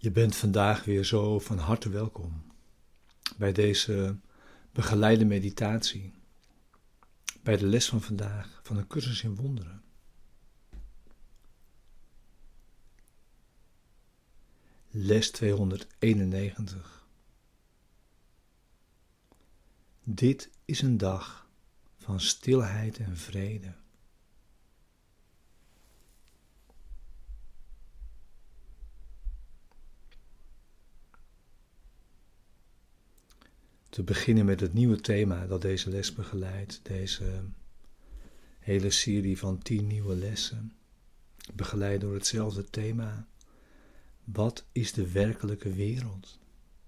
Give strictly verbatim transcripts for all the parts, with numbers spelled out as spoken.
Je bent vandaag weer zo van harte welkom bij deze begeleide meditatie, bij de les van vandaag van een cursus in wonderen. Les tweehonderdeenennegentig. Dit is een dag van stilheid en vrede. Te beginnen met het nieuwe thema dat deze les begeleidt, deze hele serie van tien nieuwe lessen, begeleid door hetzelfde thema. Wat is de werkelijke wereld?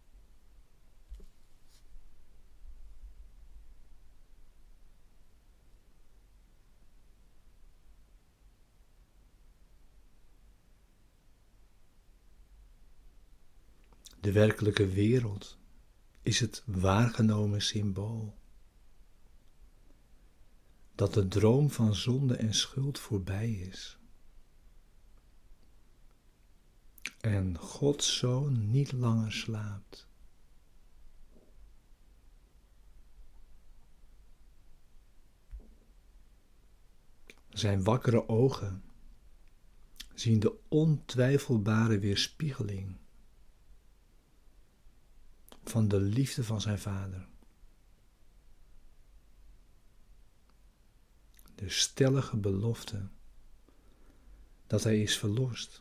De werkelijke wereld is het waargenomen symbool dat de droom van zonde en schuld voorbij is en Gods Zoon niet langer slaapt. Zijn wakkere ogen zien de ontwijfelbare weerspiegeling van de liefde van zijn Vader. De stellige belofte dat hij is verlost.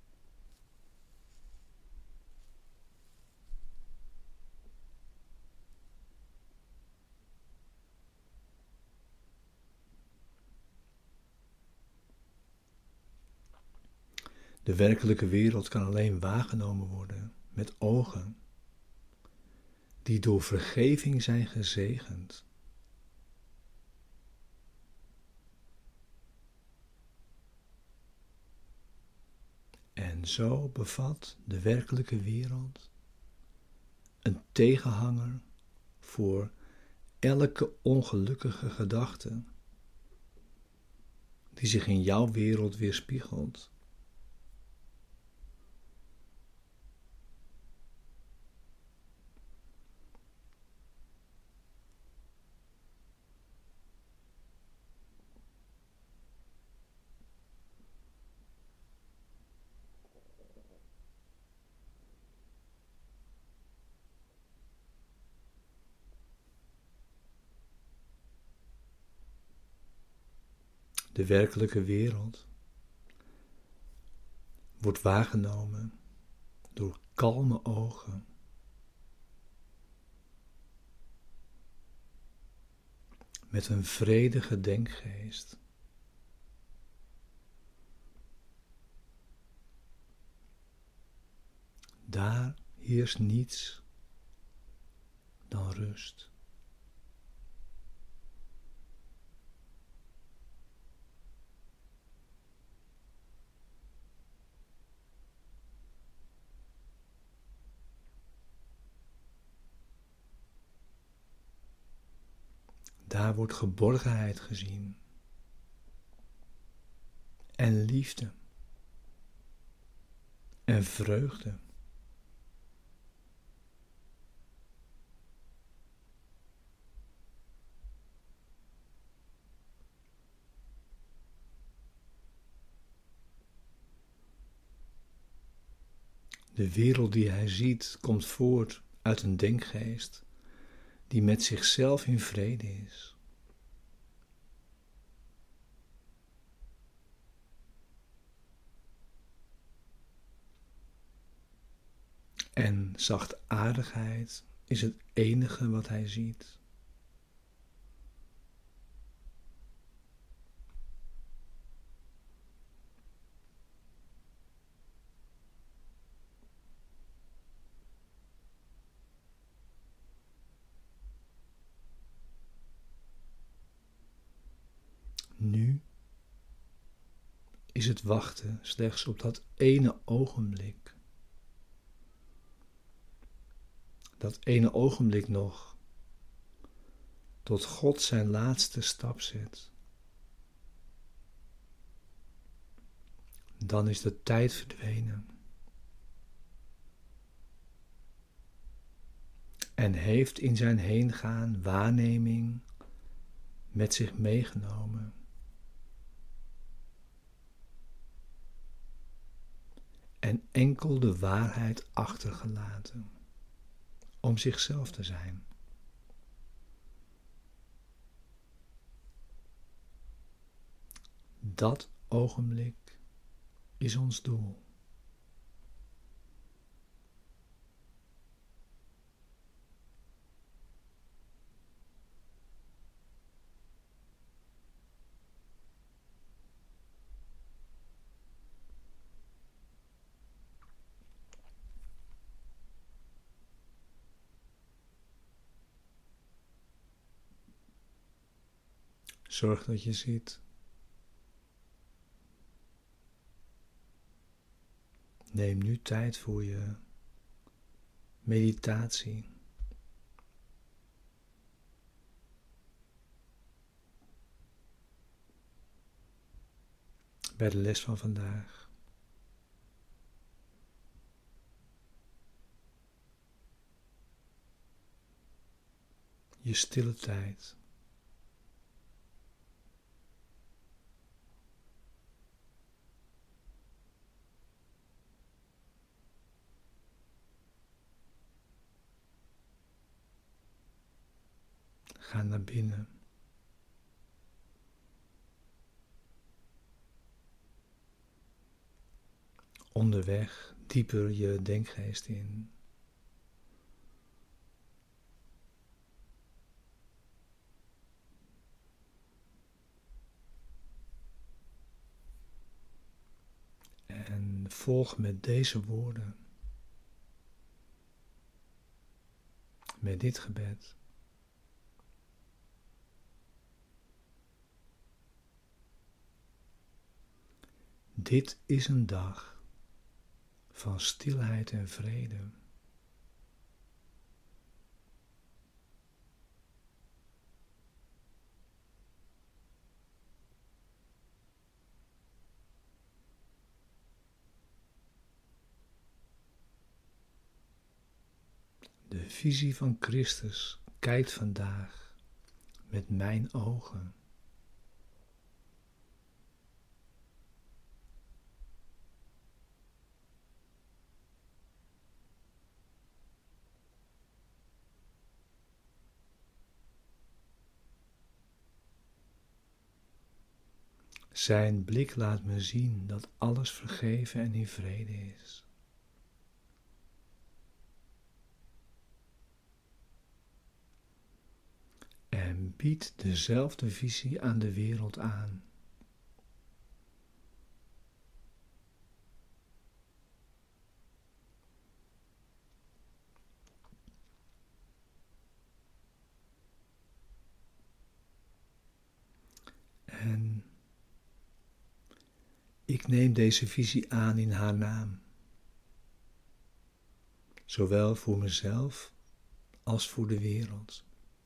De werkelijke wereld kan alleen waargenomen worden met ogen die door vergeving zijn gezegend. En zo bevat de werkelijke wereld een tegenhanger voor elke ongelukkige gedachte die zich in jouw wereld weerspiegelt. De werkelijke wereld wordt waargenomen door kalme ogen, met een vredige denkgeest. Daar heerst niets dan rust. Daar wordt geborgenheid gezien en liefde en vreugde. De wereld die hij ziet komt voort uit een denkgeest die met zichzelf in vrede is. En zachtaardigheid is het enige wat hij ziet. Nu is het wachten slechts op dat ene ogenblik. Dat ene ogenblik nog, tot God zijn laatste stap zet. Dan is de tijd verdwenen. en heeft in zijn heengaan waarneming met zich meegenomen. En enkel de waarheid achtergelaten om zichzelf te zijn. Dat ogenblik is ons doel. Zorg dat je ziet. Neem nu tijd voor je meditatie. Bij de les van vandaag. Je stille tijd. Ga naar binnen. Onderweg dieper je denkgeest in. En volg met deze woorden, met dit gebed. Dit is een dag van stilheid en vrede. De visie van Christus kijkt vandaag met mijn ogen. Zijn blik laat me zien dat alles vergeven en in vrede is. En biedt dezelfde visie aan de wereld aan. En ik neem deze visie aan in haar naam, zowel voor mezelf als voor de wereld.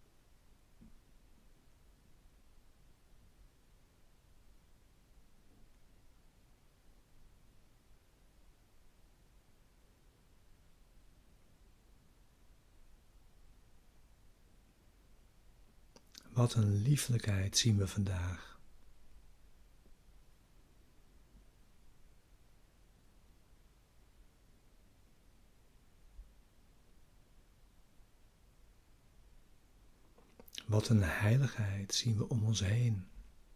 Wat een lieflijkheid zien we vandaag. Wat een heiligheid zien we om ons heen.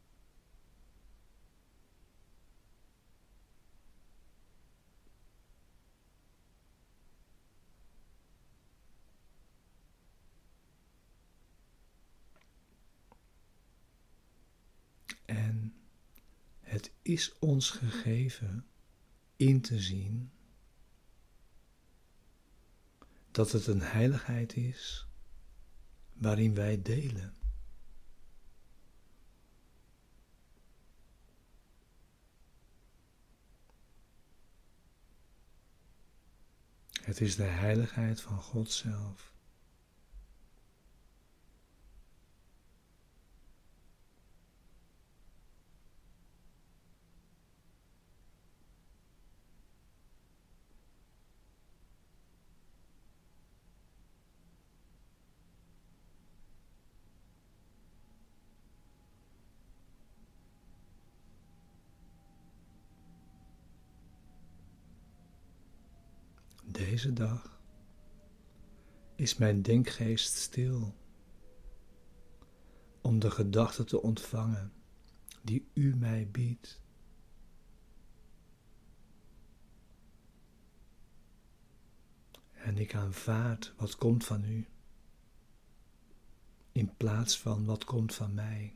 En het is ons gegeven in te zien dat het een heiligheid is waarin wij delen. Het is de heiligheid van God zelf. deze dag is mijn denkgeest stil om de gedachten te ontvangen die u mij biedt. En ik aanvaard wat komt van u, in plaats van wat komt van mij.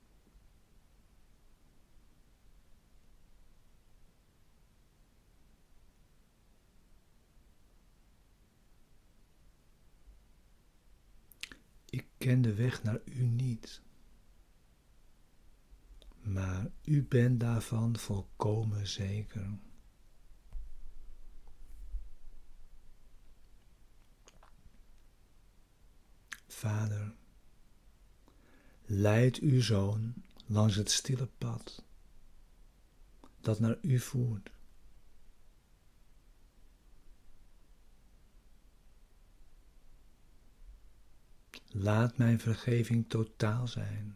Ik ken de weg naar u niet, maar u bent daarvan volkomen zeker. Vader, leid uw zoon langs het stille pad dat naar u voert. Laat mijn vergeving totaal zijn.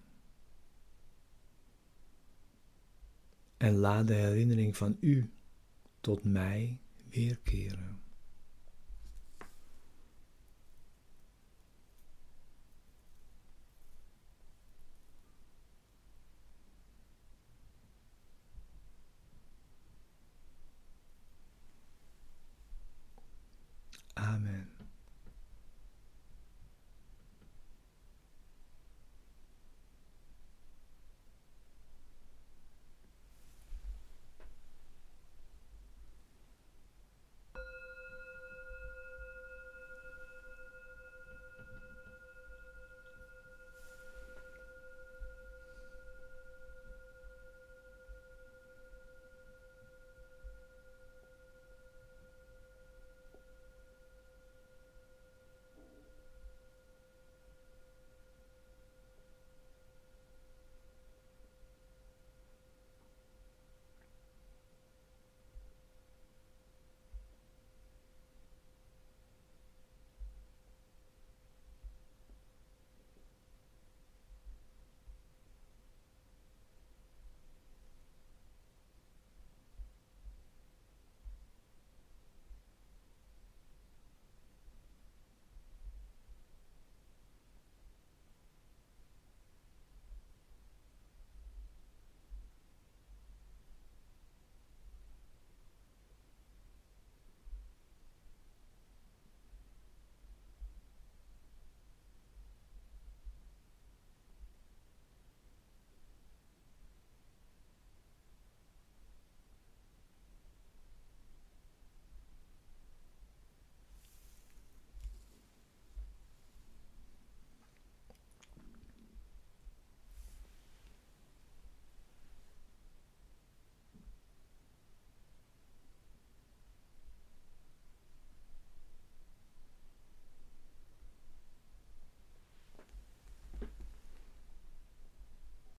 En laat de herinnering van u tot mij weerkeren.